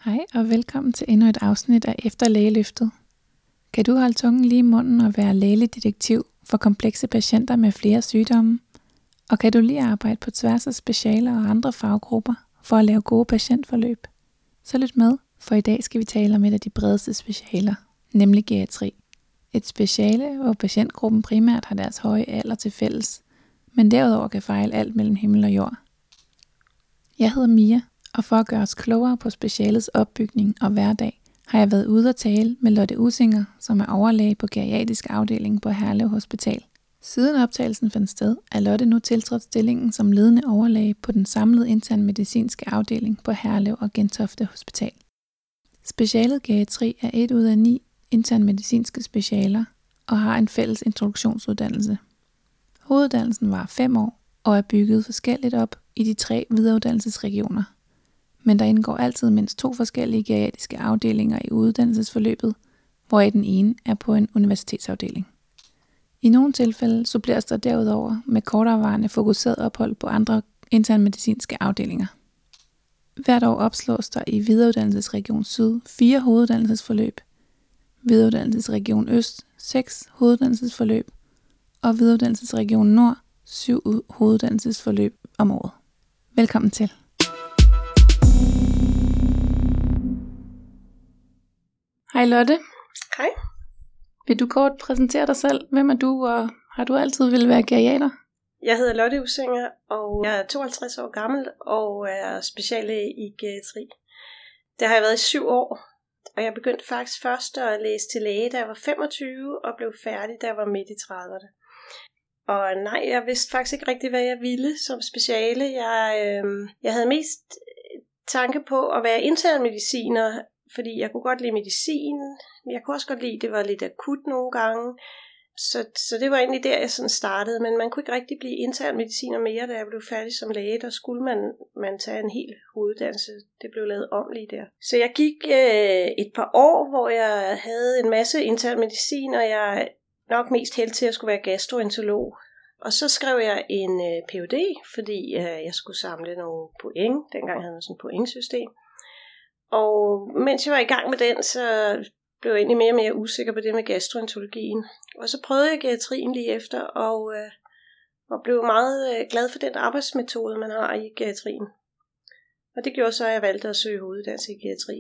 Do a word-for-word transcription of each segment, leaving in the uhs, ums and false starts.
Hej og velkommen til endnu et afsnit af Efter Lægeløftet. Kan du holde tungen lige i munden og være lægelig detektiv for komplekse patienter med flere sygdomme? Og kan du lige arbejde på tværs af specialer og andre faggrupper for at lave gode patientforløb? Så lyt med, for i dag skal vi tale om et af de bredeste specialer, nemlig geriatri. Et speciale, hvor patientgruppen primært har deres høje alder til fælles, men derudover kan fejle alt mellem himmel og jord. Jeg hedder Mia, og for at gøre os klogere på specialets opbygning og hverdag, har jeg været ude at tale med Lotte Usinger, som er overlæge på geriatrisk afdeling på Herlev Hospital. Siden optagelsen fandt sted, er Lotte nu tiltrådt stillingen som ledende overlæge på den samlede internmedicinske afdeling på Herlev og Gentofte Hospital. Specialet geriatri er et ud af ni internmedicinske specialer og har en fælles introduktionsuddannelse. Hoveduddannelsen var fem år og er bygget forskelligt op i de tre videreuddannelsesregioner. Men der indgår altid mindst to forskellige geriatriske afdelinger i uddannelsesforløbet, hvoraf den ene er på en universitetsafdeling. I nogle tilfælde suppleres der derudover med korterevarende fokuseret ophold på andre internmedicinske afdelinger. Hvert år opslås der i Videreuddannelsesregion Syd fire hoveduddannelsesforløb, Videreuddannelsesregion Øst seks hoveduddannelsesforløb og Videreuddannelsesregion Nord syv hoveduddannelsesforløb om året. Velkommen til. Hej Lotte. Hej. Vil du kort præsentere dig selv? Hvem er du, og har du altid ville være geriater? Jeg hedder Lotte Usinger, og jeg er tooghalvtreds år gammel og er speciallæge i geriatri. Det har jeg været i syv år, og jeg begyndte faktisk først at læse til læge, da jeg var femogtyve, og blev færdig, da jeg var midt i trediverne. Og nej, jeg vidste faktisk ikke rigtig, hvad jeg ville som speciale. Jeg, øh, jeg havde mest tanke på at være internmediciner, fordi jeg kunne godt lide medicin. Jeg kunne også godt lide, at det var lidt akut nogle gange. Så, så det var egentlig der, jeg sådan startede. Men man kunne ikke rigtig blive internmediciner mere, da jeg blev færdig som læge. Der skulle man, man tage en hel hoveduddannelse. Det blev lavet om lige der. Så jeg gik øh, et par år, hvor jeg havde en masse internmedicin, og jeg nok mest held til at skulle være gastroenterolog. Og så skrev jeg en øh, P H D, fordi øh, jeg skulle samle nogle point. Dengang havde man sådan et pointsystem. Og mens jeg var i gang med den, så blev jeg egentlig mere og mere usikker på det med gastroenterologien. Og så prøvede jeg geriatrien lige efter, og, øh, og blev meget øh, glad for den arbejdsmetode, man har i geriatrien. Og det gjorde så, at jeg valgte at søge hoveduddannelse i geriatri.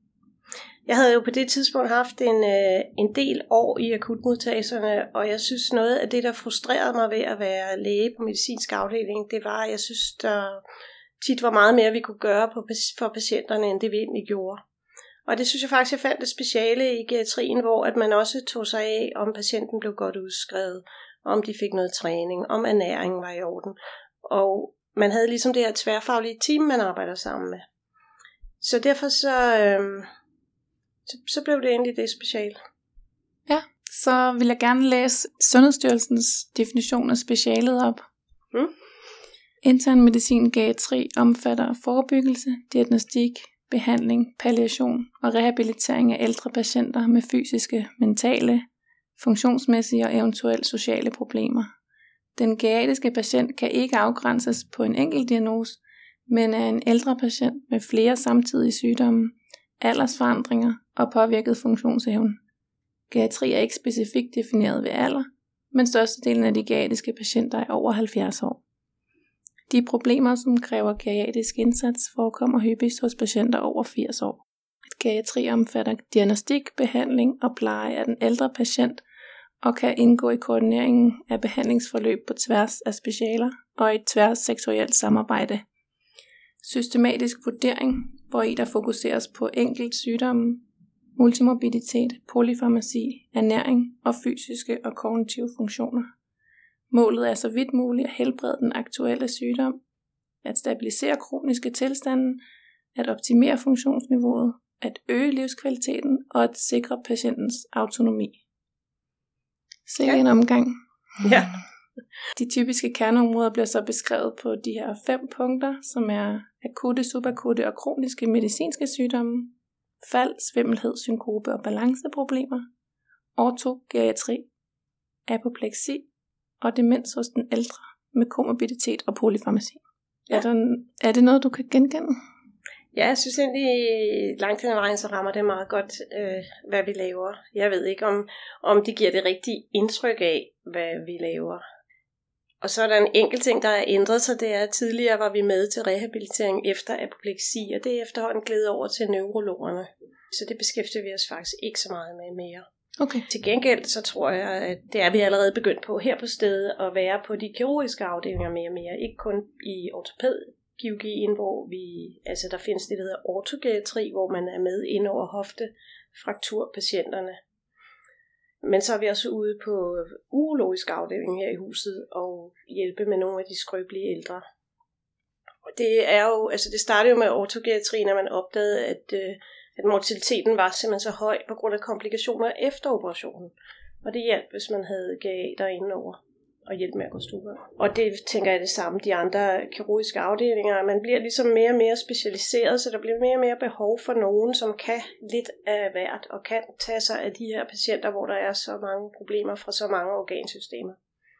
Jeg havde jo på det tidspunkt haft en, øh, en del år i akutmodtagelserne, og jeg synes noget af det, der frustrerede mig ved at være læge på medicinsk afdeling, det var, at jeg synes, der tit var meget mere, vi kunne gøre på, for patienterne, end det vi egentlig gjorde. Og det synes jeg faktisk, jeg fandt et speciale i geriatrien, hvor at man også tog sig af, om patienten blev godt udskrevet, om de fik noget træning, om ernæring var i orden. Og man havde ligesom det her tværfaglige team, man arbejder sammen med. Så derfor så, øh, så, så blev det egentlig det speciale. Ja, så vil jeg gerne læse Sundhedsstyrelsens definition af specialet op. Hmm? Internmedicin geriatri omfatter forebyggelse, diagnostik, behandling, palliation og rehabilitering af ældre patienter med fysiske, mentale, funktionsmæssige og eventuelt sociale problemer. Den geriatriske patient kan ikke afgrænses på en enkelt diagnose, men er en ældre patient med flere samtidige sygdomme, aldersforandringer og påvirket funktionsevne. Geriatri er ikke specifikt defineret ved alder, men størstedelen af de geriatriske patienter er over halvfjerds år. De problemer, som kræver geriatrisk indsats, forekommer hyppigst hos patienter over firs år. Et geriatri omfatter diagnostik, behandling og pleje af den ældre patient og kan indgå i koordineringen af behandlingsforløb på tværs af specialer og et tværsektorielt samarbejde. Systematisk vurdering, hvori der fokuseres på enkelt sygdomme, multimorbiditet, polyfarmaci, ernæring og fysiske og kognitive funktioner. Målet er så vidt muligt at helbrede den aktuelle sygdom, at stabilisere kroniske tilstande, at optimere funktionsniveauet, at øge livskvaliteten og at sikre patientens autonomi. Sikke en omgang. Ja. De typiske kerneområder bliver så beskrevet på de her fem punkter, som er akutte, subakutte og kroniske medicinske sygdomme, fald, svimmelhed, synkope og balanceproblemer, ortogeriatri, apopleksi og demens hos den ældre med komorbiditet og polyfarmaci. Ja. Er, der, er det noget, du kan genkende? Ja, jeg synes egentlig, langt hen ad vejen, så rammer det meget godt, øh, hvad vi laver. Jeg ved ikke, om, om det giver det rigtige indtryk af, hvad vi laver. Og så er der en enkelt ting, der er ændret sig, det er, at tidligere var vi med til rehabilitering efter apopleksi, og det er efterhånden glædet over til neurologerne. Så det beskæftiger vi os faktisk ikke så meget med mere. Okay. Til gengæld så tror jeg, at det er vi allerede begyndt på her på stedet, at være på de kirurgiske afdelinger mere og mere. Ikke kun i ortopædkirurgien, hvor vi, altså der findes det, der hedder ortogeriatri, hvor man er med ind over hoftefrakturpatienterne. Men så er vi også ude på urologisk afdeling her i huset og hjælpe med nogle af de skrøbelige ældre. Og det er jo, altså det startede jo med ortogeriatri, når man opdagede, at, at mortaliteten var simpelthen så høj på grund af komplikationer efter operationen. Og det hjalp, hvis man havde G A derinde over og hjælp med at gå stuer. Og det tænker jeg det samme, de andre kirurgiske afdelinger. Man bliver ligesom mere og mere specialiseret, så der bliver mere og mere behov for nogen, som kan lidt af hvert og kan tage sig af de her patienter, hvor der er så mange problemer fra så mange organsystemer.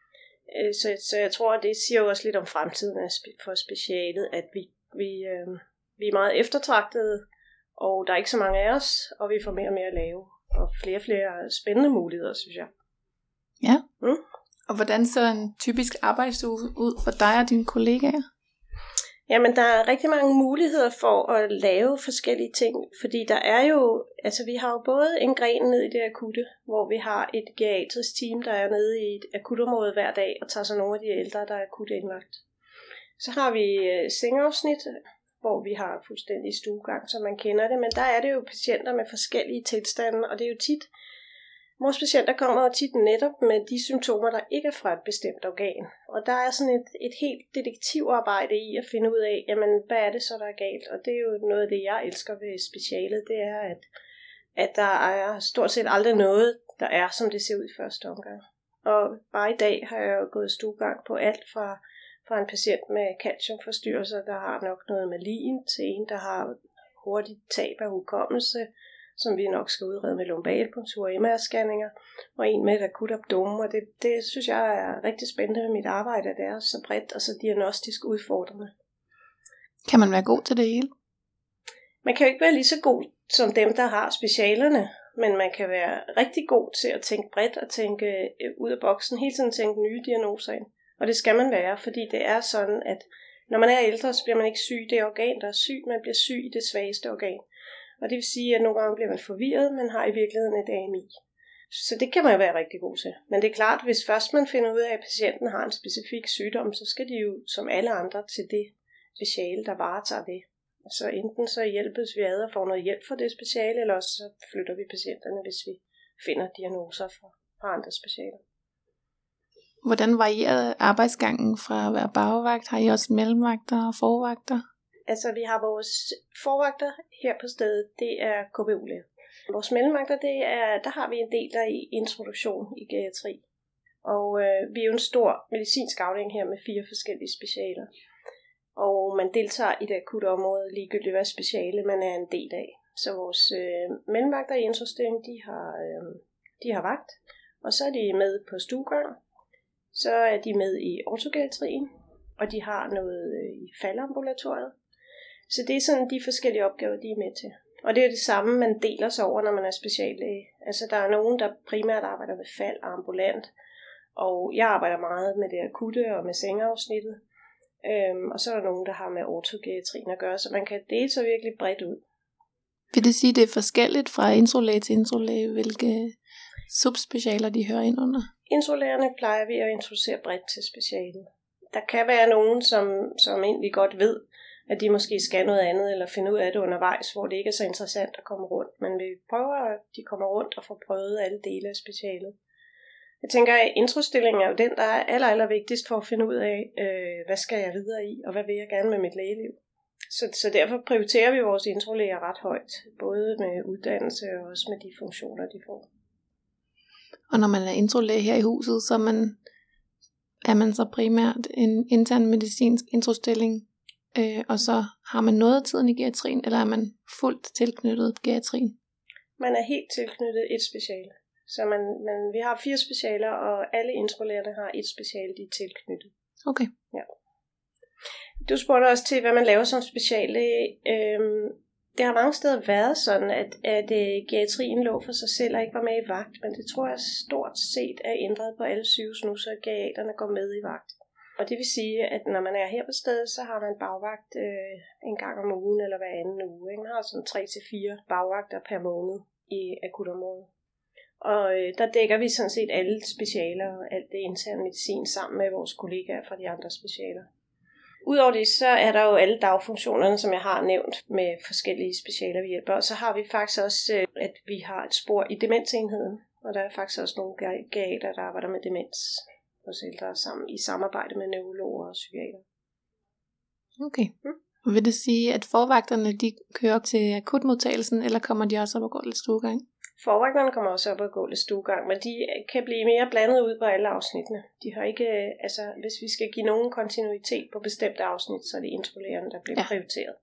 Så, så jeg tror, at det siger jo også lidt om fremtiden for specialet, at vi, vi, øh, vi er meget eftertragtede, og der er ikke så mange af os, og vi får mere og mere at lave, og flere og flere spændende muligheder, synes jeg. Ja. Mm? Og hvordan ser en typisk arbejdsuge ud for dig og dine kollegaer? Jamen, der er rigtig mange muligheder for at lave forskellige ting, fordi der er jo, altså vi har jo både en gren ned i det akutte, hvor vi har et geriatrisk team, der er nede i et akutområde hver dag og tager sig nogle af de ældre, der er akut indlagt. Så har vi sengeafsnit, hvor vi har fuldstændig stuegang, som man kender det, men der er det jo patienter med forskellige tilstande, og det er jo tit, vores patienter kommer tit netop med de symptomer, der ikke er fra et bestemt organ. Og der er sådan et, et helt detektivarbejde i at finde ud af, jamen, hvad er det så, der er galt? Og det er jo noget af det, jeg elsker ved specialet, det er, at, at der er stort set aldrig noget, der er, som det ser ud i første omgang. Og bare i dag har jeg jo gået stuegang på alt fra, fra en patient med calciumforstyrrelser, der har nok noget med lin, til en, der har hurtigt tab af hukommelse, som vi nok skal udrede med lumbalpunktur og M R-scanninger, og en med et akut abdomen, og det, det synes jeg er rigtig spændende med mit arbejde, at det er så bredt og så diagnostisk udfordrende. Kan man være god til det hele? Man kan jo ikke være lige så god som dem, der har specialerne, men man kan være rigtig god til at tænke bredt og tænke ud af boksen, hele tiden tænke nye diagnoser ind. Og det skal man være, fordi det er sådan, at når man er ældre, så bliver man ikke syg i det organ, der er syg, man bliver syg i det svageste organ. Og det vil sige, at nogle gange bliver man forvirret, men har i virkeligheden et A M I. Så det kan man jo være rigtig god til. Men det er klart, hvis først man finder ud af, at patienten har en specifik sygdom, så skal de jo som alle andre til det speciale, der varetager det. Så enten så hjælpes vi ad og får noget hjælp for det speciale, eller også så flytter vi patienterne, hvis vi finder diagnoser fra, fra andre specialer. Hvordan varierer arbejdsgangen fra at være bagvagt? Har I også mellemvagter og forvagter? Altså, vi har vores forvagter her på stedet, det er K B U-læger. Vores mellemvagter, det er, der har vi en del der i introduktion i geriatri. Og øh, vi er jo en stor medicinsk afdeling her med fire forskellige specialer. Og man deltager i det akutte område, ligegyldigt hvad speciale man er en del af. Så vores øh, mellemvagter i introstilling, de har, øh, de har vagt, og så er de med på stuegang. Så er de med i ortogeriatrien, og de har noget øh, i faldambulatoriet. Så det er sådan de forskellige opgaver, de er med til. Og det er jo det samme, man deler sig over, når man er speciallæge. Altså der er nogen, der primært arbejder med fald og ambulant. Og jeg arbejder meget med det akutte og med sengeafsnittet. Øhm, og så er der nogen, der har med ortogeriatrien at gøre. Så man kan dele sig virkelig bredt ud. Vil det sige, at det er forskelligt fra introlæge til introlæge, hvilke subspecialer de hører ind under? Introlægerne plejer vi at introducere bredt til specialet. Der kan være nogen, som, som egentlig godt ved, at de måske skal noget andet, eller finde ud af det undervejs, hvor det ikke er så interessant at komme rundt. Men vi prøver, at de kommer rundt og får prøvet alle dele af specialet. Jeg tænker, at introstillingen er jo den, der er aller, aller vigtigst for at finde ud af, øh, hvad skal jeg videre i, og hvad vil jeg gerne med mit lægeliv. Så, så derfor prioriterer vi vores introlæger ret højt, både med uddannelse og også med de funktioner, de får. Og når man er introlæge her i huset, så er man, er man så primært en intern medicinsk introstilling, øh, og så har man noget af tiden i geriatrien, eller er man fuldt tilknyttet geriatrien? Man er helt tilknyttet et speciale. Så man, man, vi har fire specialer, og alle introlægerne har et speciale, de er tilknyttet. Okay. Ja. Du spurgte også til, hvad man laver som speciallæge. Øhm, det har mange steder været sådan, at, at uh, geriatrien lå for sig selv og ikke var med i vagt, men det tror jeg stort set er ændret på alle sygehus nu, så geriaterne går med i vagt. Og det vil sige, at når man er her på stedet, så har man bagvagt øh, en gang om ugen eller hver anden uge. Ikke? Man har sådan tre til fire bagvagter per måned i akutområdet. Og øh, der dækker vi sådan set alle specialer og alt det interne medicin sammen med vores kollegaer fra de andre specialer. Udover det, så er der jo alle dagfunktionerne, som jeg har nævnt med forskellige specialer, vi hjælper. Og så har vi faktisk også, øh, at vi har et spor i demensenheden. Og der er faktisk også nogle geriater, der arbejder med demens hos ældre sammen, i samarbejde med neurologer og psykiater. Okay. Hmm? Vil det sige, at forvagterne de kører op til akutmodtagelsen, eller kommer de også op og går lidt stuegang? Forvagterne kommer også op og går lidt stuegang, men de kan blive mere blandet ud på alle afsnittene. De har ikke, altså hvis vi skal give nogen kontinuitet på bestemte afsnit, så er det introlægerne, der bliver ja. prioriteret.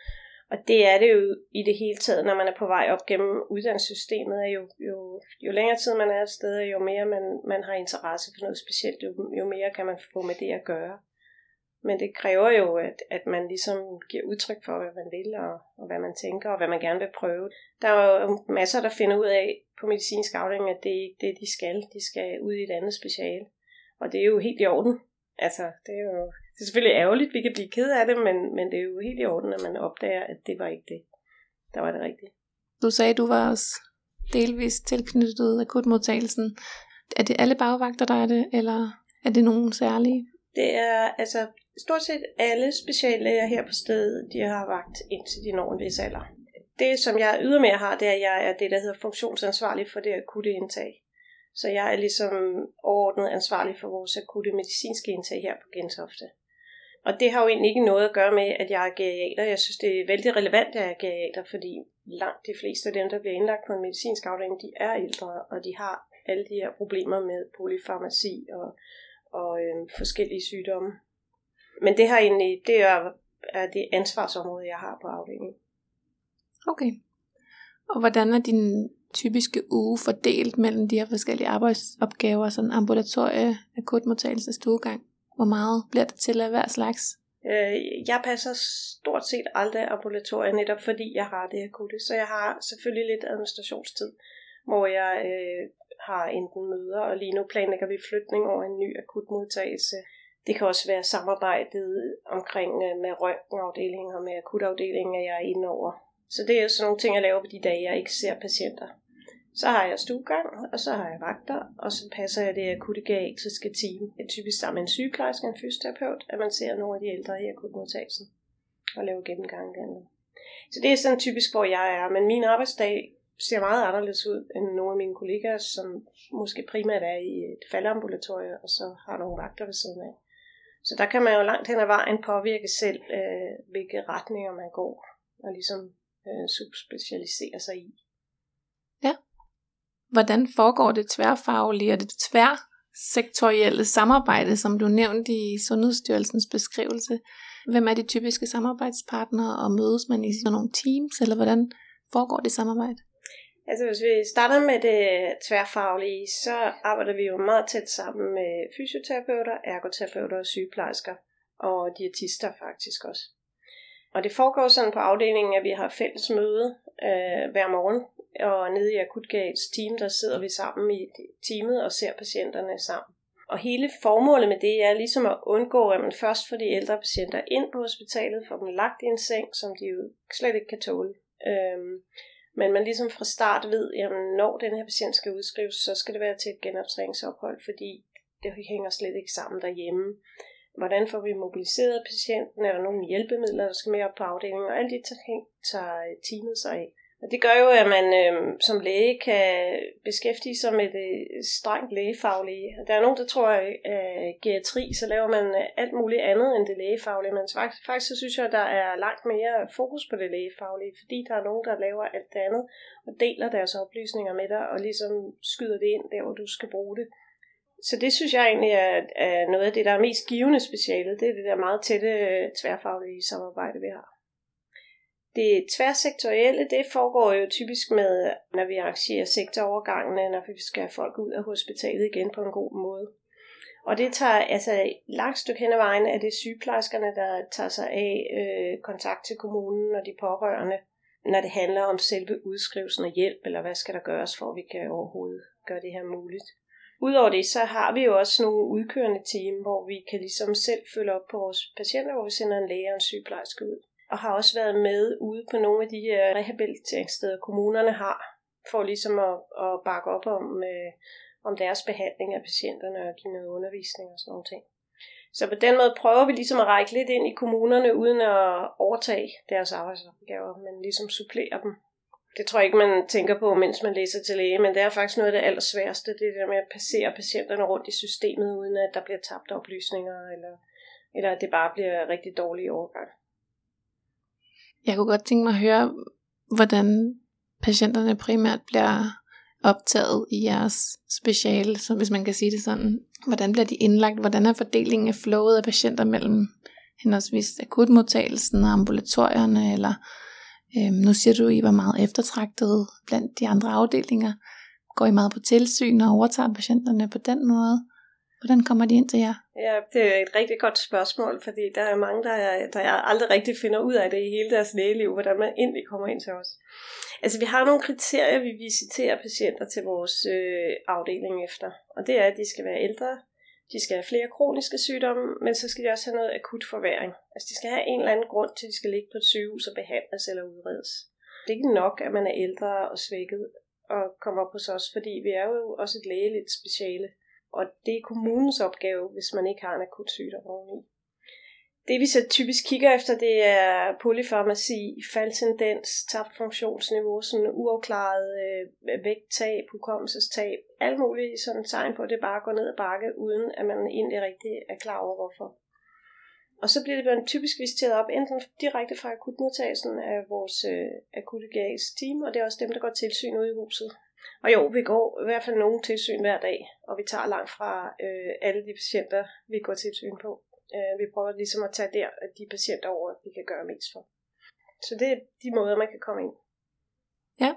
Og det er det jo i det hele taget, når man er på vej op gennem uddannelsessystemet, er jo, jo, jo længere tid man er et sted, jo mere man, man har interesse for noget specielt, jo, jo mere kan man få med det at gøre. Men det kræver jo, at, at man ligesom giver udtryk for, hvad man vil, og, og hvad man tænker, og hvad man gerne vil prøve. Der er jo masser, der finder ud af på medicinsk afdeling, at det er ikke det, de skal. De skal ud i et andet speciale. Og det er jo helt i orden. Altså, det er jo det er selvfølgelig ærgerligt, vi kan blive ked af det, men, men det er jo helt i orden, at man opdager, at det var ikke det. Der var det rigtige. Du sagde, du var også delvist tilknyttet akutmodtagelsen. Er det alle bagvagter, der er det, eller er det nogen særlige? Det er altså stort set alle speciallæger her på stedet, de har vagt indtil de når en vis alder. Det, som jeg ydermere har, det er, at jeg er det, der hedder funktionsansvarlig for det akutte indtag. Så jeg er ligesom overordnet ansvarlig for vores akutte medicinske indtag her på Gentofte. Og det har jo egentlig ikke noget at gøre med, at jeg er geriater. Jeg synes, det er vældig relevant, at jeg er geriater, fordi langt de fleste af dem, der bliver indlagt på en medicinsk afdeling, de er ældre, og de har alle de her problemer med polyfarmaci og, og øh, forskellige sygdomme. Men det har egentlig, det er, er det ansvarsområde, jeg har på afdelingen. Okay. Og hvordan er din typiske uge fordelt mellem de her forskellige arbejdsopgaver, sådan ambulatorie, akutmodtagelse, stuegang? Hvor meget bliver det til af hver slags? Øh, jeg passer stort set aldrig ambulatorie, netop fordi jeg har det akutte. Så jeg har selvfølgelig lidt administrationstid, hvor jeg øh, har enten møder, og lige nu planlægger vi flytning over en ny akutmodtagelse. Det kan også være samarbejdet omkring øh, med røntgenafdelingen og med akutafdelingen, at jeg er inde over. Så det er sådan nogle ting, jeg laver på de dage, jeg ikke ser patienter. Så har jeg stuegang, og så har jeg vagter, og så passer jeg det akutte geriatriske team. Det er typisk sammen med en sygeplejerske og en fysioterapeut, at man ser nogle af de ældre i akutmodtagelsen og laver gennemgang dernede. Så det er sådan typisk, hvor jeg er. Men min arbejdsdag ser meget anderledes ud end nogle af mine kollegaer, som måske primært er i et faldambulatorie, og så har nogle vagter ved siden af. Så der kan man jo langt hen ad vejen påvirke selv, øh, hvilke retninger man går, og ligesom øh, subspecialisere sig i. Ja. Hvordan foregår det tværfaglige og det tværsektorielle samarbejde, som du nævnte i Sundhedsstyrelsens beskrivelse? Hvem er de typiske samarbejdspartnere, og mødes man i sådan nogle teams, eller hvordan foregår det samarbejde? Altså hvis vi starter med det tværfaglige, så arbejder vi jo meget tæt sammen med fysioterapeuter, ergoterapeuter og sygeplejersker, og diætister faktisk også. Og det foregår sådan på afdelingen, at vi har fælles møde øh, hver morgen, og nede i akutgeriatrisk team, der sidder vi sammen i teamet og ser patienterne sammen. Og hele formålet med det er ligesom at undgå, at man først får de ældre patienter ind på hospitalet, får dem lagt i en seng, som de jo slet ikke kan tåle. Øhm, men man ligesom fra start ved, at når den her patient skal udskrives, så skal det være til et genoptræningsophold, fordi det hænger slet ikke sammen derhjemme. Hvordan får vi mobiliseret patienten? Er der nogle hjælpemidler, der skal med op på afdelingen? Og alt det tager teamet sig af. Og det gør jo, at man øh, som læge kan beskæftige sig med det strengt lægefaglige. Der er nogen, der tror, at øh, geriatri, så laver man alt muligt andet end det lægefaglige. Men faktisk, faktisk så synes jeg, at der er langt mere fokus på det lægefaglige, fordi der er nogen, der laver alt det andet og deler deres oplysninger med dig og ligesom skyder det ind der, hvor du skal bruge det. Så det synes jeg egentlig er, er noget af det, der er mest givende specialet. Det er det der meget tætte tværfaglige samarbejde, vi har. Det tværsektorielle, det foregår jo typisk med, når vi arrangerer sektorovergangene, når vi skal have folk ud af hospitalet igen på en god måde. Og det tager altså langt stykke hen ad vejen, at det er sygeplejerskerne, der tager sig af øh, kontakt til kommunen og de pårørende, når det handler om selve udskrivelsen af hjælp, eller hvad skal der gøres for, at vi kan overhovedet gøre det her muligt. Udover det, så har vi jo også nogle udkørende team, hvor vi kan ligesom selv følge op på vores patienter, hvor vi sender en læge og en sygeplejerske ud. Og har også været med ude på nogle af de rehabiliteringssteder, kommunerne har, for ligesom at, at bakke op om, øh, om deres behandling af patienterne og give noget undervisning og sådan nogle ting. Så på den måde prøver vi ligesom at række lidt ind i kommunerne, uden at overtage deres arbejdsopgaver, men ligesom supplere dem. Det tror jeg ikke, man tænker på, mens man læser til læge, men det er faktisk noget af det allersværeste, det der med at passere patienterne rundt i systemet, uden at der bliver tabt oplysninger, eller, eller at det bare bliver rigtig dårlig overgang. Jeg kunne godt tænke mig at høre, hvordan patienterne primært bliver optaget i jeres speciale, så hvis man kan sige det sådan. Hvordan bliver de indlagt? Hvordan er fordelingen af flowet af patienter mellem henholdsvis akutmodtagelsen og ambulatorierne, eller øhm, nu siger du, I var meget eftertragtede blandt de andre afdelinger. Går I meget på tilsyn og overtager patienterne på den måde? Hvordan kommer de ind til jer? Ja, det er et rigtig godt spørgsmål, fordi der er mange, der, er, der er aldrig rigtig finder ud af det i hele deres lægeliv, hvordan man endelig kommer ind til os. Altså, vi har nogle kriterier, vi visiterer patienter til vores øh, afdeling efter. Og det er, at de skal være ældre, de skal have flere kroniske sygdomme, men så skal de også have noget akut forværing. Altså, de skal have en eller anden grund til, at de skal ligge på et sygehus og behandles eller udredes. Det er ikke nok, at man er ældre og svækket og kommer op hos os, fordi vi er jo også et lægeligt speciale. Og det er kommunens opgave, hvis man ikke har en akut sygdom oveni. Det vi så typisk kigger efter, det er polyfarmaci, faldtendens, tabt funktionsniveau, sådan uafklaret øh, vægttab, hukommelsestab, alt muligt sådan tegn på, at det bare går ned ad bakke, uden at man egentlig rigtig er klar over hvorfor. Og så bliver det typisk visiteret op, enten direkte fra akutmodtagelsen af vores øh, akutte geriatriske team, og det er også dem, der går tilsyn ude i huset. Og jo, vi går i hvert fald nogle tilsyn hver dag, og vi tager langt fra øh, alle de patienter, vi går tilsyn på. Øh, vi prøver ligesom at tage der de patienter over, vi kan gøre mest for. Så det er de måder, man kan komme ind. Ja.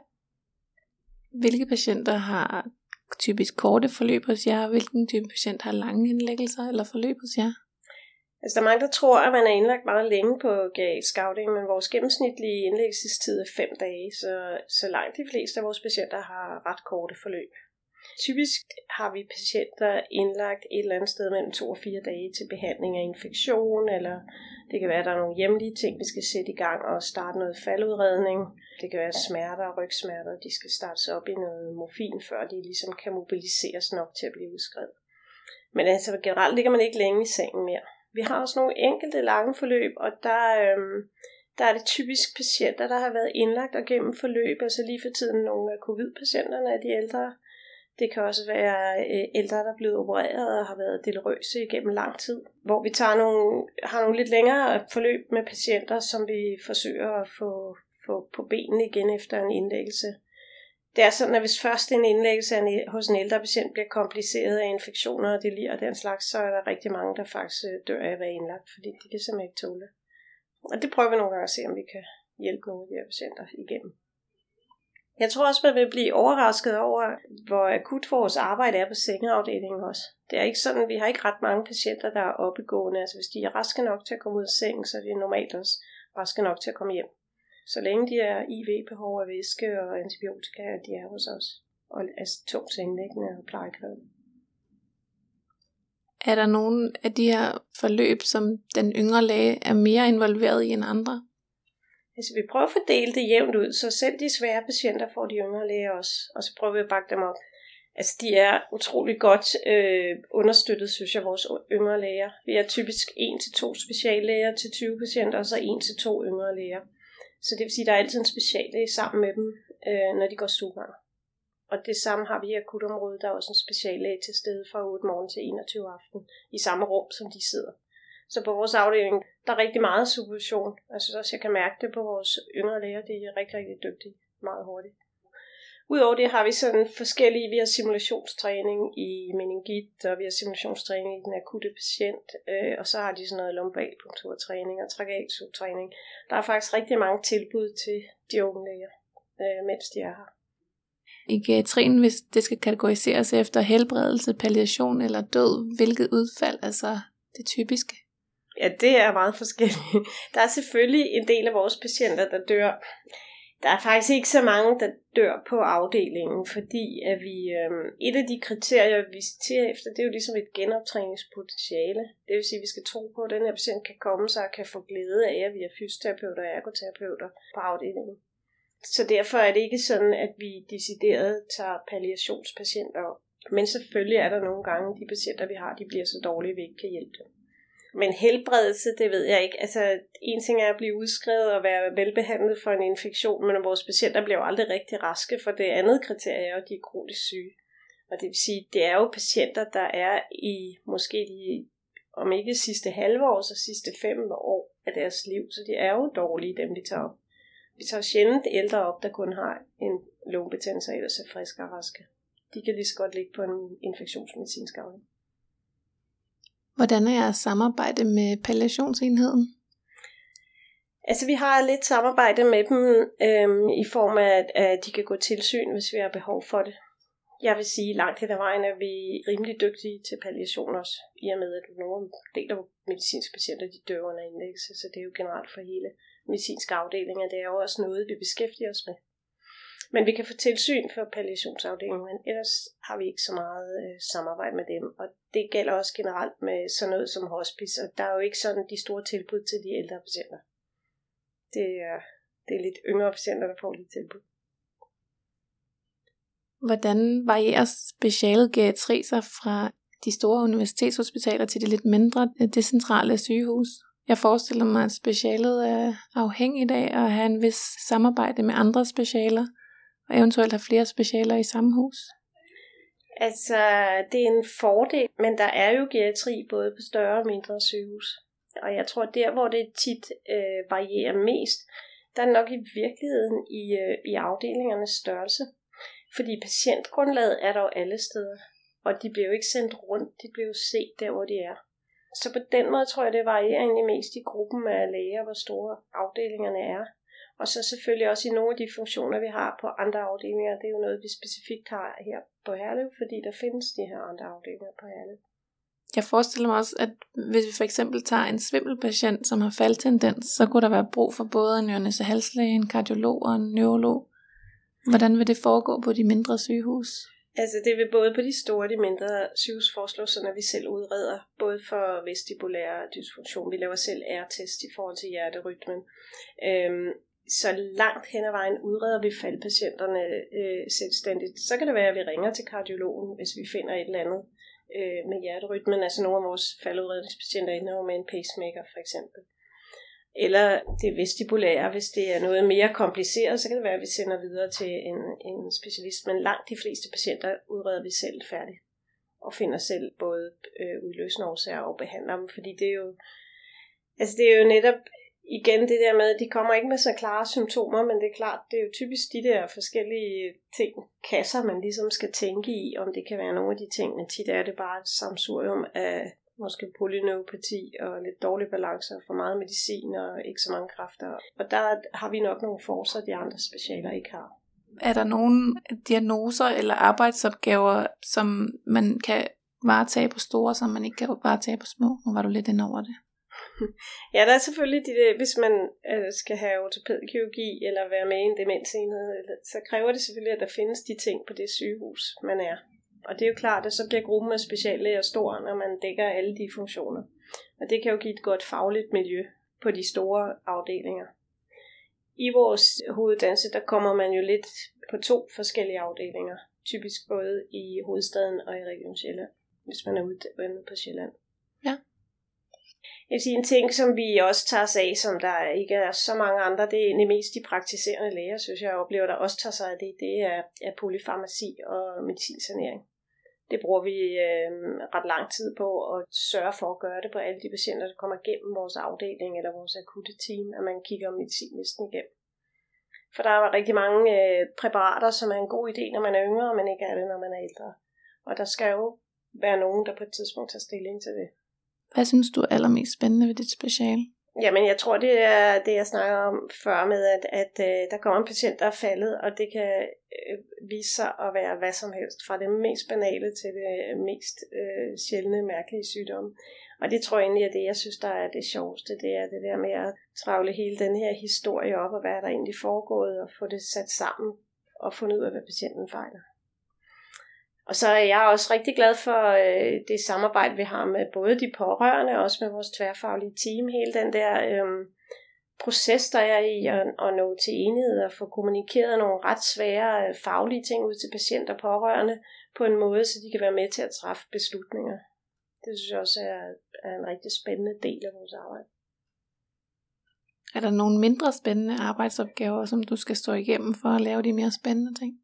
Hvilke patienter har typisk korte forløb hos jer, og hvilken type patient har lange indlæggelser eller forløb hos jer? Altså, der er mange, der tror, at man er indlagt meget længe på geriatrisk afdeling, men vores gennemsnitlige indlæggelsestid er fem dage, så, så langt de fleste af vores patienter har ret korte forløb. Typisk har vi patienter indlagt et eller andet sted mellem to og fire dage til behandling af infektion, eller det kan være, at der er nogle hjemlige ting, vi skal sætte i gang og starte noget faldudredning. Det kan være smerter og rygsmerter, de skal startes op i noget morfin, før de ligesom kan mobiliseres nok til at blive udskrevet. Men altså generelt ligger man ikke længe i sengen mere. Vi har også nogle enkelte lange forløb, og der, øhm, der er det typisk patienter, der har været indlagt og gennem forløb, altså lige for tiden nogle af covid-patienterne af de ældre. Det kan også være øh, ældre, der er blevet opereret og har været delrøse igennem lang tid, hvor vi tager nogle, har nogle lidt længere forløb med patienter, som vi forsøger at få, få på benene igen efter en indlæggelse. Det er sådan, at hvis først en indlæggelse hos en ældre patient bliver kompliceret af infektioner og delir og den slags, så er der rigtig mange, der faktisk dør af at være indlagt, fordi de kan simpelthen ikke tåle. Og det prøver vi nogle gange at se, om vi kan hjælpe nogle af de her patienter igennem. Jeg tror også, man vil blive overrasket over, hvor akut vores arbejde er på sengeafdelingen også. Det er ikke sådan, vi har ikke ret mange patienter, der er oppegående. Altså hvis de er raske nok til at komme ud af sengen, så er de normalt også raske nok til at komme hjem. Så længe de er I V-behov af væske og antibiotika, de er hos os. Og er tungt indlæggende og plejekrævende. Er der nogen af de her forløb, som den yngre læge er mere involveret i end andre? Altså vi prøver at fordele det jævnt ud, så selv de svære patienter får de yngre læger også. Og så prøver vi at bakke dem op. Altså de er utrolig godt øh, understøttet, synes jeg, vores yngre læger. Vi er typisk en til to speciallæger til tyve patienter, og så en til to yngre læger. Så det vil sige, at der er altid en speciallæge sammen med dem, øh, når de går stuegang. Og det samme har vi i akutområdet. Der er også en speciallæge til stede fra otte morgen til enogtyve aften i samme rum, som de sidder. Så på vores afdeling, der er rigtig meget supervision. Altså også jeg kan mærke det på vores yngre læger. De er rigtig, rigtig dygtige meget hurtigt. Udover det har vi sådan forskellige, vi har simulationstræning i meningit, og vi har simulationstræning i den akutte patient, øh, og så har de sådan noget lumbalpunkturtræning og trachealsugtræning. Der er faktisk rigtig mange tilbud til de unge læger, øh, mens de er her. I geriatrien, hvis det skal kategoriseres efter helbredelse, palliation eller død, hvilket udfald er så det typiske? Ja, det er meget forskelligt. Der er selvfølgelig en del af vores patienter, der dør. Der er faktisk ikke så mange, der dør på afdelingen, fordi at vi, øhm, et af de kriterier, vi visiterer efter, det er jo ligesom et genoptræningspotentiale. Det vil sige, at vi skal tro på, at den her patient kan komme sig og kan få glæde af, at vi er fysioterapeuter og ergoterapeuter på afdelingen. Så derfor er det ikke sådan, at vi decideret tager palliationspatienter op. Men selvfølgelig er der nogle gange, de patienter, vi har, de bliver så dårlige, at vi ikke kan hjælpe dem. Men helbredelse, det ved jeg ikke. Altså, en ting er at blive udskrevet og være velbehandlet for en infektion, men vores patienter bliver jo aldrig rigtig raske, for det andet kriterie er, at de er kronisk syge. Og det vil sige, det er jo patienter, der er i måske de, om ikke sidste halve år, så sidste fem år af deres liv. Så de er jo dårlige, dem vi tager op. Vi tager sjældent ældre op, der kun har en lungebetændelse, eller så friske og raske. De kan lige så godt ligge på en infektionsmedicinsk afdeling. Hvordan er jeres samarbejde med palliationsenheden? Altså vi har lidt samarbejde med dem øhm, i form af, at de kan gå tilsyn, hvis vi har behov for det. Jeg vil sige, langt hen ad vejen er vi rimelig dygtige til palliation også, i og med at nogle del af medicinske patienter, de dør under indlæggelse, så det er jo generelt for hele medicinske afdelinger. Det er jo også noget, vi beskæftiger os med. Men vi kan få tilsyn for palliationsafdelingen, men ellers har vi ikke så meget øh, samarbejde med dem. Og det gælder også generelt med sådan noget som hospice, og der er jo ikke sådan de store tilbud til de ældre patienter. Det er, det er lidt yngre patienter, der får de tilbud. Hvordan varierer specialet geriatri sig fra de store universitetshospitaler til de lidt mindre decentrale sygehus? Jeg forestiller mig, at specialet er afhængigt af at have en vis samarbejde med andre specialer, og eventuelt have flere specialer i samme hus. Altså, det er en fordel, men der er jo geriatri både på større og mindre sygehus. Og jeg tror, der hvor det tit øh, varierer mest, der er nok i virkeligheden i, øh, i afdelingernes størrelse. Fordi patientgrundlaget er der jo alle steder, og de bliver jo ikke sendt rundt, de bliver jo set der, hvor de er. Så på den måde tror jeg, det varierer egentlig mest i gruppen af læger, hvor store afdelingerne er. Og så selvfølgelig også i nogle af de funktioner, vi har på andre afdelinger. Det er jo noget, vi specifikt har her på Herlev, fordi der findes de her andre afdelinger på Herlev. Jeg forestiller mig også, at hvis vi for eksempel tager en svimmelpatient, som har faldtendens, så kunne der være brug for både en øre-næse-halslæge, en kardiolog og en neurolog. Hvordan vil det foregå på de mindre sygehus? Altså det vil både på de store og de mindre sygehus foreslå, sådan at vi selv udreder, både for vestibulær dysfunktion. Vi laver selv R-test i forhold til hjerterytmen. Øhm, så langt hen ad vejen udreder vi faldpatienterne øh, selvstændigt. Så kan det være, at vi ringer til kardiologen, hvis vi finder et eller andet øh, med hjerterytmen. Altså nogle af vores faldudredningspatienter ender med en pacemaker for eksempel. Eller det vestibulære, hvis det er noget mere kompliceret, så kan det være, at vi sender videre til en, en specialist. Men langt de fleste patienter udreder vi selv færdigt. Og finder selv både øh, udløsende årsager og behandler dem. Fordi det er jo, altså det er jo netop igen det der med, at de kommer ikke med så klare symptomer, men det er klart, det er jo typisk de der forskellige ting, kasser, man ligesom skal tænke i, om det kan være nogle af de ting, men tit er det bare et samsurium af måske polyneuropati og lidt dårlige balancer, for meget medicin og ikke så mange kræfter. Og der har vi nok nogle forser, de andre specialer ikke har. Er der nogle diagnoser eller arbejdsopgaver, som man kan varetage på store, som man ikke kan varetage på små? Nu var du lidt inde over det. Ja, der er selvfølgelig de der, hvis man øh, skal have ortopædkirurgi eller være med i en demensenhed, så kræver det selvfølgelig, at der findes de ting på det sygehus, man er. Og det er jo klart, at så bliver gruppen af speciallæger stor, når man dækker alle de funktioner. Og det kan jo give et godt fagligt miljø på de store afdelinger. I vores hoveduddannelse, der kommer man jo lidt på to forskellige afdelinger. Typisk både i hovedstaden og i Region Sjælland, hvis man er uddannet på Sjælland. Ja. Jeg vil sige en ting, som vi også tager sig af, som der ikke er så mange andre, det er mest de praktiserende læger, synes jeg oplever, der også tager sig af det, det er, er polyfarmaci og medicinsanering. Det bruger vi øh, ret lang tid på at sørge for at gøre det på alle de patienter, der kommer igennem vores afdeling eller vores akutte team, at man kigger medicinlisten igennem. For der er rigtig mange øh, præparater, som er en god idé, når man er yngre, men ikke er det, når man er ældre. Og der skal jo være nogen, der på et tidspunkt tager stilling til det. Hvad synes du er allermest spændende ved dit speciale? Jamen, jeg tror, det er det, jeg snakker om før med, at, at uh, der kommer en patient, der er faldet, og det kan uh, vise sig at være hvad som helst, fra det mest banale til det mest uh, sjældne, mærkelige sygdomme. Og det tror jeg egentlig er det, jeg synes, der er det sjoveste. Det er det der med at travle hele den her historie op, og hvad der egentlig foregået, og få det sat sammen, og fundet ud af, hvad patienten fejler. Og så er jeg også rigtig glad for øh, det samarbejde, vi har med både de pårørende og også med vores tværfaglige team. Hele den der øh, proces, der er i at, at nå til enighed og få kommunikeret nogle ret svære øh, faglige ting ud til patienter og pårørende på en måde, så de kan være med til at træffe beslutninger. Det synes jeg også er, er en rigtig spændende del af vores arbejde. Er der nogle mindre spændende arbejdsopgaver, som du skal stå igennem for at lave de mere spændende ting?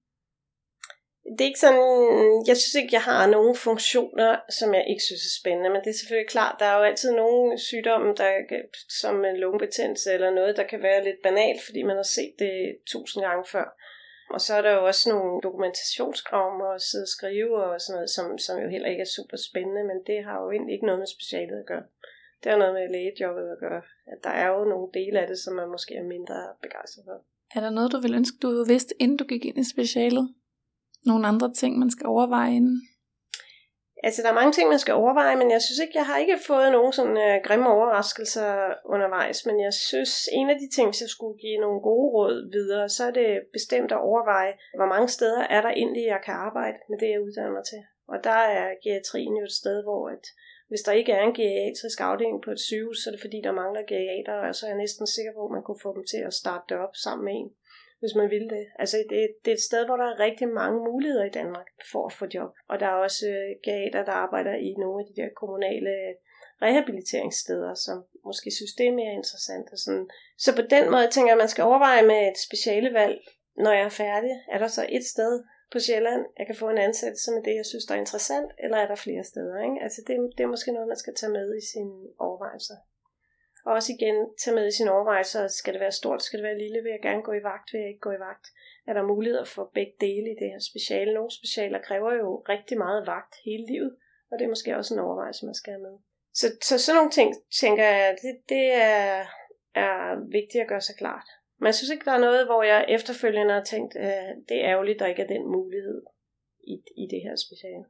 Det er ikke sådan, jeg synes ikke, jeg har nogen funktioner, som jeg ikke synes er spændende, men det er selvfølgelig klart, der er jo altid nogle sygdomme, der, som en lungebetændelse eller noget, der kan være lidt banalt, fordi man har set det tusind gange før. Og så er der jo også nogle dokumentationskrav om at sidde og skrive og sådan noget, som, som jo heller ikke er super spændende, men det har jo egentlig ikke noget med specialet at gøre. Det har noget med lægejobbet at gøre. At der er jo nogle dele af det, som man måske er mindre begejstret for. Er der noget, du ville ønske, du vidste, inden du gik ind i specialet? Nogle andre ting, man skal overveje inden? Altså, der er mange ting, man skal overveje, men jeg synes ikke, jeg har ikke fået nogen sådan uh, grimme overraskelser undervejs, men jeg synes, en af de ting, hvis jeg skulle give nogle gode råd videre, så er det bestemt at overveje, hvor mange steder er der egentlig, jeg kan arbejde med det, jeg uddanner mig til. Og der er geriatrien jo et sted, hvor at, hvis der ikke er en geriatrisk afdeling på et sygehus, så er det fordi, der mangler geriater, og så er jeg næsten sikker på, at man kunne få dem til at starte det op sammen med en, hvis man vil det. Altså, det, det er et sted, hvor der er rigtig mange muligheder i Danmark for at få job. Og der er også øh, geriater, der arbejder i nogle af de der kommunale rehabiliteringssteder, som måske synes, det er mere interessant. Og sådan. Så på den måde tænker jeg, at man skal overveje med et specialevalg, når jeg er færdig. Er der så et sted på Sjælland, jeg kan få en ansættelse med det, jeg synes, der er interessant, eller er der flere steder? Ikke? Altså, det, det er måske noget, man skal tage med i sine overvejelser. Og også igen, tage med i sine overvejelser, skal det være stort, skal det være lille, vil jeg gerne gå i vagt, vil jeg ikke gå i vagt. Er der muligheder for begge dele i det her speciale? Nogle specialer kræver jo rigtig meget vagt hele livet, og det er måske også en overvejelse, man skal have med. Så, så sådan nogle ting, tænker jeg, det, det er, er vigtigt at gøre sig klart. Men jeg synes ikke, der er noget, hvor jeg efterfølgende har tænkt, at det er ærgerligt, der ikke er den mulighed i, i det her speciale.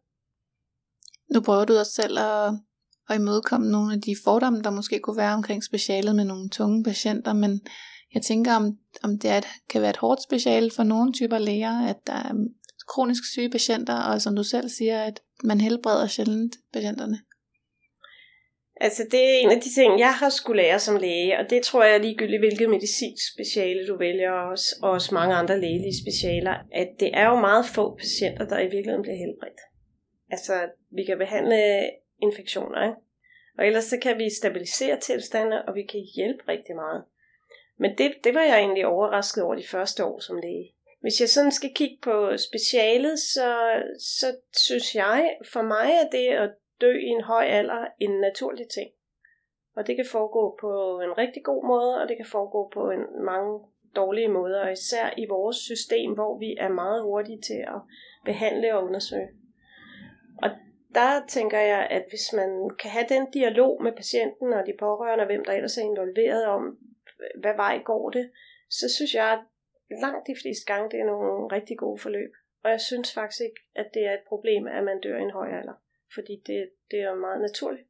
Nu prøver du også selv at og imødekomme nogle af de fordomme, der måske kunne være omkring specialet med nogle tunge patienter, men jeg tænker, om, om det er et, kan være et hårdt speciale for nogle typer læger, at der er kronisk syge patienter, og som du selv siger, at man helbreder sjældent patienterne. Altså, det er en af de ting, jeg har skulle lære som læge, og det tror jeg er ligegyldigt, hvilket medicinsk speciale du vælger, og også, og også mange andre lægelige specialer, at det er jo meget få patienter, der i virkeligheden bliver helbredt. Altså, vi kan behandle infektioner, ikke? Og ellers så kan vi stabilisere tilstande, og vi kan hjælpe rigtig meget. Men det, det var jeg egentlig overrasket over de første år som læge. Hvis jeg sådan skal kigge på specialet, så, så synes jeg, for mig er det at dø i en høj alder en naturlig ting. Og det kan foregå på en rigtig god måde, og det kan foregå på en mange dårlige måder, og især i vores system, hvor vi er meget hurtige til at behandle og undersøge. Og der tænker jeg, at hvis man kan have den dialog med patienten og de pårørende, og hvem der ellers er involveret om, hvad vej går det, så synes jeg, at langt de fleste gange, det er nogle rigtig gode forløb. Og jeg synes faktisk ikke, at det er et problem, at man dør i en høj alder. Fordi det, det er meget naturligt.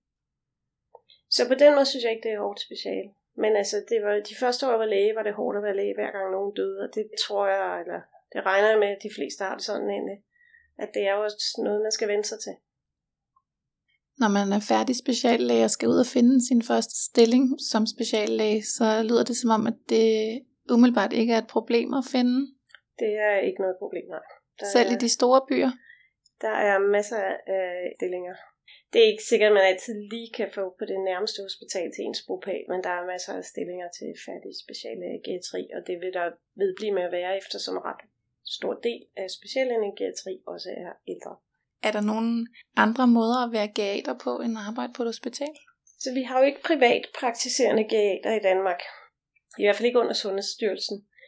Så på den måde synes jeg ikke, det er hårdt speciale. Men altså, det var, de første år, jeg var læge, var det hårdt at være læge, hver gang nogen døde. Og det tror jeg, eller det regner jeg med, at de fleste har det sådan egentlig. At det er jo noget, man skal vende sig til. Når man er færdig speciallæge og skal ud og finde sin første stilling som speciallæge, så lyder det som om, at det umiddelbart ikke er et problem at finde. Det er ikke noget problem, nej. Der Selv er, i de store byer? Der er masser af stillinger. Det er ikke sikkert, at man altid lige kan få på det nærmeste hospital til ens bopæl, men der er masser af stillinger til færdig speciallæge i geriatri, og det vil der vedblive med at være, eftersom en ret stor del af speciallægen i geriatri også er ældre. Er der nogle andre måder at være geriater på, end at arbejde på et hospital? Så vi har jo ikke privat praktiserende geriater i Danmark. I hvert fald ikke under Sundhedsstyrelsen.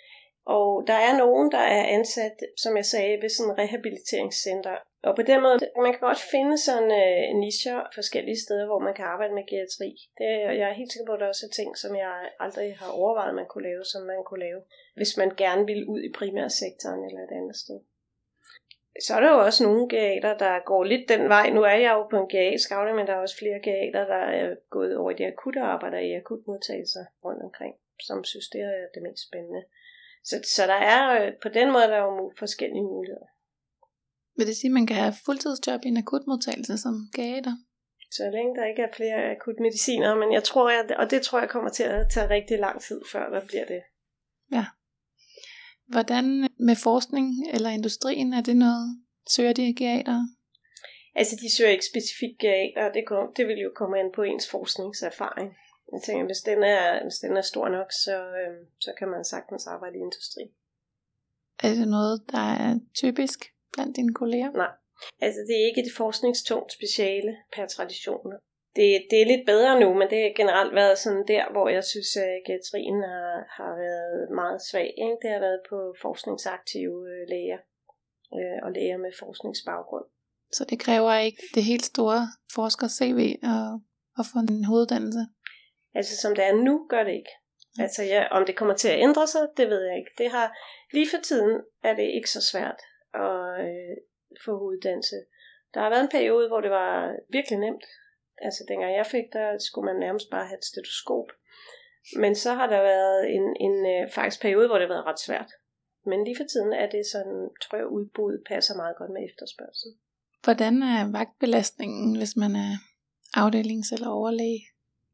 Og der er nogen, der er ansat, som jeg sagde, ved sådan en rehabiliteringscenter. Og på den måde, man kan godt finde sådan øh, nicher forskellige steder, hvor man kan arbejde med geriatri. Det, og jeg er helt sikker på, at der også er ting, som jeg aldrig har overvejet, man kunne lave, som man kunne lave, hvis man gerne ville ud i primærsektoren eller et andet sted. Så er der jo også nogle geriater, der går lidt den vej. Nu er jeg jo på en geriatrisk afdeling, men der er også flere geriater, der er gået over i de akutte arbejder i akutmodtagelser rundt omkring, som synes, det er det mest spændende. Så, så der er på den måde der er jo forskellige muligheder. Vil det sige, at man kan have fuldtidsjob i en akutmodtagelse som geriater? Så længe der ikke er flere akutmediciner, men jeg tror, jeg, og det tror jeg kommer til at tage rigtig lang tid, før der bliver det. Ja. Hvordan med forskning eller industrien, er det noget, søger de geriater? Altså de søger ikke specifikt geriater, det, det vil jo komme an på ens forskningserfaring. Jeg tænker, hvis den er, hvis den er stor nok, så, øh, så kan man sagtens arbejde i industri. Er det noget, der er typisk blandt dine kolleger? Nej, altså det er ikke et forskningstungt speciale per tradition. Det, det er lidt bedre nu, men det har generelt været sådan der, hvor jeg synes, at geriatrien har, har været meget svag. Ikke? Det har været på forskningsaktive læger øh, og læger med forskningsbaggrund. Så det kræver ikke det helt store forsker-C V at, at få en hoveduddannelse? Altså som det er nu, gør det ikke. Altså ja, om det kommer til at ændre sig, det ved jeg ikke. Det har, lige for tiden er det ikke så svært at øh, få hoveduddannelse. Der har været en periode, hvor det var virkelig nemt. Altså dengang jeg fik, der skulle man nærmest bare have et stetoskop. Men så har der været en, en øh, faktisk periode, hvor det har været ret svært. Men lige for tiden er det sådan, tror jeg, udbuddet passer meget godt med efterspørgsel. Hvordan er vagtbelastningen, hvis man er afdelings- eller overlæge?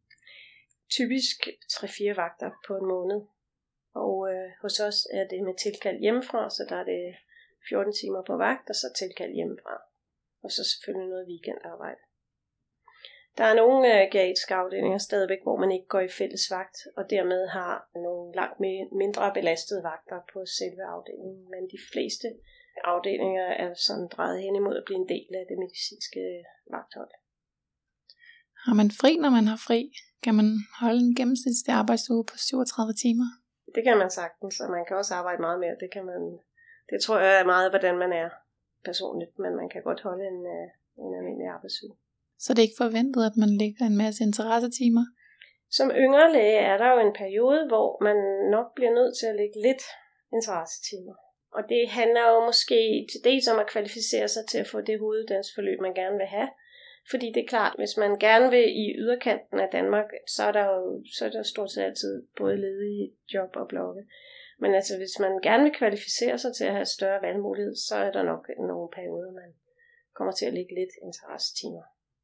Typisk tre fire vagter på en måned. Og øh, hos os er det med tilkald hjemmefra, så der er det fjorten timer på vagt, og så tilkald hjemmefra. Og så selvfølgelig noget weekendarbejde. Der er nogle øh, geriatriske afdelinger stadigvæk, hvor man ikke går i fælles vagt, og dermed har nogle langt mindre belastede vagter på selve afdelingen. Men de fleste afdelinger er sådan drejet hen imod at blive en del af det medicinske vagthold. Har man fri, når man har fri? Kan man holde en gennemsnitlig arbejdsuge på syvogtredive timer? Det kan man sagtens, og man kan også arbejde meget mere. Det kan man. Det tror jeg er meget, hvordan man er personligt, men man kan godt holde en, en almindelig arbejdsuge. Så det er ikke forventet, at man lægger en masse interessetimer? Som yngre læge er der jo en periode, hvor man nok bliver nødt til at lægge lidt interessetimer. Og det handler jo måske til dels om at kvalificere sig til at få det hoveduddannelsesforløb, man gerne vil have. Fordi det er klart, hvis man gerne vil i yderkanten af Danmark, så er der jo så er der stort set altid både ledige job og blokke. Men altså, hvis man gerne vil kvalificere sig til at have større valgmulighed, så er der nok nogle perioder, man kommer til at lægge lidt interessetimer.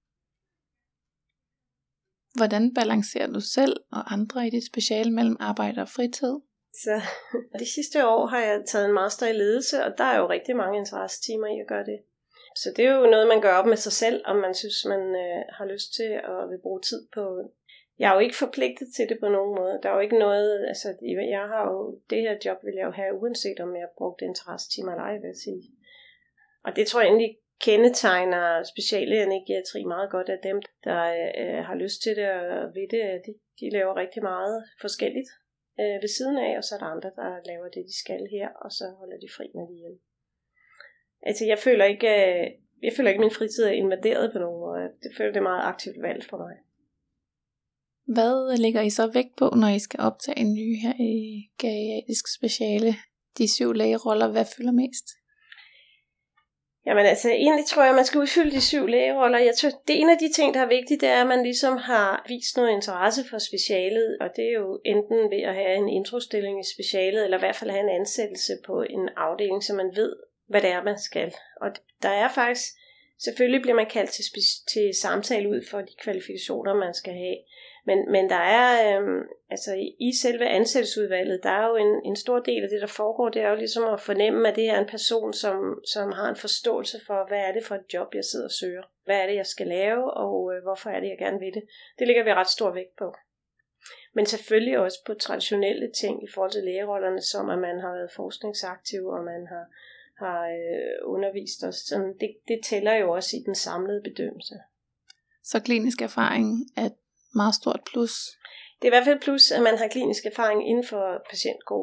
Hvordan balancerer du selv og andre i dit speciale mellem arbejde og fritid? Så de sidste år har jeg taget en master i ledelse, og der er jo rigtig mange interessetimer i at gøre det. Så det er jo noget, man gør op med sig selv, om man synes, man øh, har lyst til at vil bruge tid på. Jeg er jo ikke forpligtet til det på nogen måde. Der er jo ikke noget, altså jeg har jo, det her job vil jeg jo have, uanset om jeg har brugt interessetimer eller ej, vil jeg sige. Og det tror jeg egentlig kendetegner speciallægerne i geriatri meget godt, at dem, der øh, har lyst til det og ved det, de, de laver rigtig meget forskelligt øh, ved siden af, og så er der andre, der laver det, de skal her, og så holder de fri, når de er hjemme. Altså, jeg føler ikke, jeg føler ikke, at min fritid er invaderet på nogen måde. Det føler det er meget aktivt valg for mig. Hvad lægger I så vægt på, når I skal optage en ny her i geriatrisk speciale? De syv lægeroller, hvad fylder mest? Jamen altså, egentlig tror jeg, at man skal udfylde de syv lægeroller. Jeg tror, det er en af de ting, der er vigtigt, det er, at man ligesom har vist noget interesse for specialet. Og det er jo enten ved at have en introstilling i specialet, eller i hvert fald have en ansættelse på en afdeling, så man ved, hvad det er, man skal. Og der er faktisk, selvfølgelig bliver man kaldt til, til samtale ud for de kvalifikationer, man skal have. Men, men der er, øhm, altså i selve ansættelsesudvalget, der er jo en, en stor del af det, der foregår, det er jo ligesom at fornemme, at det her er en person, som, som har en forståelse for, hvad er det for et job, jeg sidder og søger. Hvad er det, jeg skal lave, og øh, hvorfor er det, jeg gerne vil det. Det ligger vi ret stor vægt på. Men selvfølgelig også på traditionelle ting i forhold til lægerollerne, som at man har været forskningsaktiv, og man har har øh, undervist os. Så det, det tæller jo også i den samlede bedømmelse. Så klinisk erfaring er et meget stort plus? Det er i hvert fald plus, at man har klinisk erfaring inden for patientgruppen.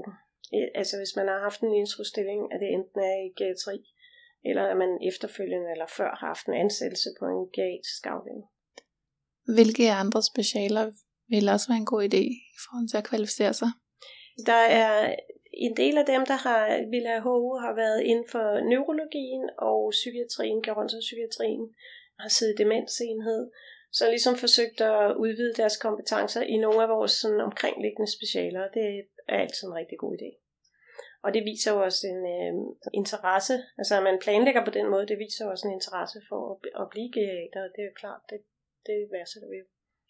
Altså hvis man har haft en introstilling, at det enten er i geriatri, eller at man efterfølgende eller før har haft en ansættelse på en geriatrisk afdeling. Hvilke andre specialer vil også være en god idé i forhold til at kvalificere sig? Der er en del af dem, der har, vil have H U, har været inden for neurologien og psykiatrien, gerontopsykiatrien, har siddet i demensenhed, så ligesom forsøgt at udvide deres kompetencer i nogle af vores sådan, omkringliggende specialer. Det er altid en rigtig god idé. Og det viser jo også en øh, interesse, altså at man planlægger på den måde, det viser også en interesse for at, at blive geriater, det er jo klart, det, det værdsætter vi jo.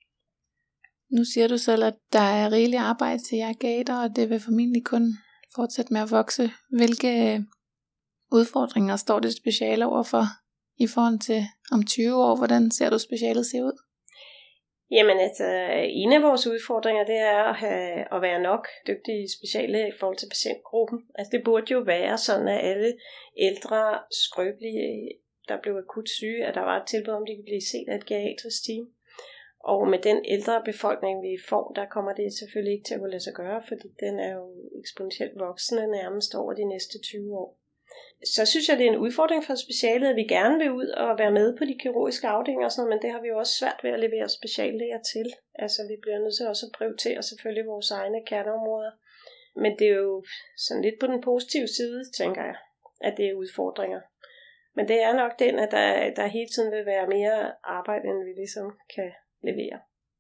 Nu siger du selv, at der er rigeligt arbejde til jer geriater, og det vil formentlig kun fortsætte med at vokse. Hvilke udfordringer står det speciale overfor i forhold til om tyve år? Hvordan ser du specialet se ud? Jamen altså, en af vores udfordringer, det er at, have, at være nok dygtige speciale i forhold til patientgruppen. Altså det burde jo være sådan, at alle ældre, skrøbelige, der blev akut syge, at der var et tilbud om, de kunne blive set af et geriatrisk team. Og med den ældre befolkning, vi får, der kommer det selvfølgelig ikke til at kunne lade sig gøre, fordi den er jo eksponentielt voksende nærmest over de næste tyve år. Så synes jeg, det er en udfordring for specialet, at vi gerne vil ud og være med på de kirurgiske afdelinger og sådan noget, men det har vi jo også svært ved at levere speciallæger til. Altså vi bliver nødt til også at prioritere selvfølgelig vores egne kerneområder. Men det er jo sådan lidt på den positive side, tænker jeg, at det er udfordringer. Men det er nok den, at der, der hele tiden vil være mere arbejde, end vi ligesom kan levere.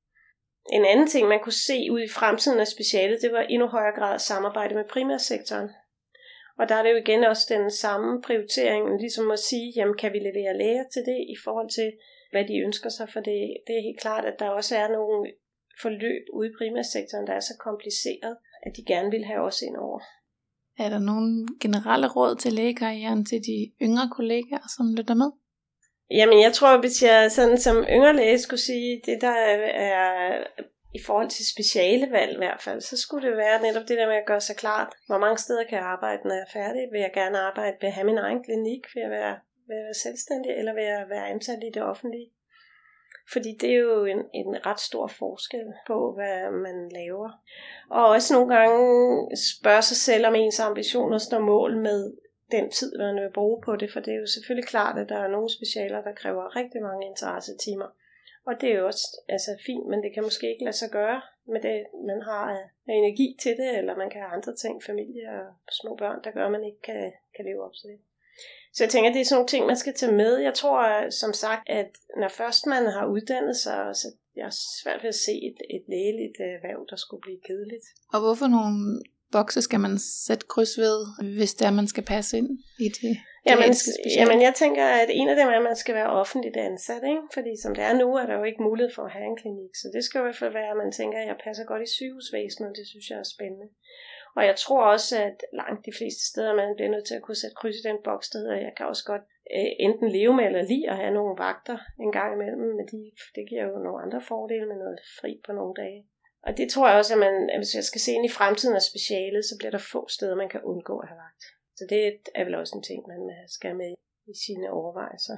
En anden ting, man kunne se ud i fremtiden af specialet, det var endnu højere grad samarbejde med primærsektoren. Og der er det jo igen også den samme prioritering, ligesom at sige, jamen kan vi levere læger til det i forhold til, hvad de ønsker sig, for det, det er helt klart, at der også er nogle forløb ude i primærsektoren, der er så kompliceret, at de gerne vil have os ind over. Er der nogle generelle råd til lægekarrieren til de yngre kollegaer, som lytter med? Jamen jeg tror, hvis jeg sådan som yngre læge skulle sige, det der er i forhold til specialevalg i hvert fald, så skulle det være netop det der med at gøre sig klart, hvor mange steder kan jeg arbejde, når jeg er færdig. Vil jeg gerne arbejde ved at have min egen klinik, vil jeg være, vil jeg være selvstændig, eller vil jeg være ansat i det offentlige? Fordi det er jo en, en ret stor forskel på, hvad man laver. Og også nogle gange spørge sig selv, om ens ambitioner står mål med den tid, man vil bruge på det. For det er jo selvfølgelig klart, at der er nogle specialer, der kræver rigtig mange interessetimer. Og det er jo også altså, fint, men det kan måske ikke lade sig gøre med det, man har af energi til det, eller man kan have andre ting, familie og små børn, der gør, at man ikke kan, kan leve op til det. Så jeg tænker, at det er sådan nogle ting, man skal tage med. Jeg tror som sagt, at når først man har uddannet sig, så jeg er svært ved at se et, et lægeligt erhverv, der skulle blive kedeligt. Og hvorfor nogle bokse skal man sætte kryds ved, hvis det er, man skal passe ind i det? Jamen, jamen jeg tænker, at en af dem er, at man skal være offentligt ansat, ikke? Fordi som det er nu, er der jo ikke mulighed for at have en klinik. Så det skal i hvert fald være, at man tænker, at jeg passer godt i sygehusvæsenet, og det synes jeg er spændende. Og jeg tror også, at langt de fleste steder, man bliver nødt til at kunne sætte kryds i den boks, der hedder, jeg kan også godt øh, enten leve med eller lide at have nogle vagter en gang imellem, men de, det giver jo nogle andre fordele med noget fri på nogle dage. Og det tror jeg også, at man, hvis jeg skal se ind i fremtiden af specialet, så bliver der få steder, man kan undgå at have vagt. Så det er vel også en ting, man skal med i sine overvejelser.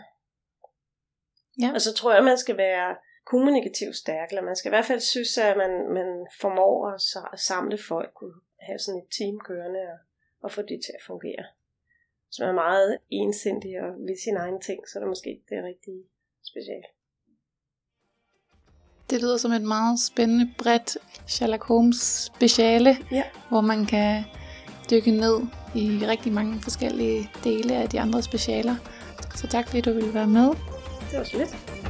Ja. Og så tror jeg, at man skal være kommunikativt stærk, eller man skal i hvert fald synes, at man, man formår at samle folk, og have sådan et team kørende, og, og få det til at fungere. Så man er meget ensindig og ved sine egne ting, så er det måske ikke det rigtige speciale. Det lyder som et meget spændende, bredt Sherlock Holmes speciale, ja. Hvor man kan dykke ned i rigtig mange forskellige dele af de andre specialer. Så tak fordi du ville være med. Det var så lidt.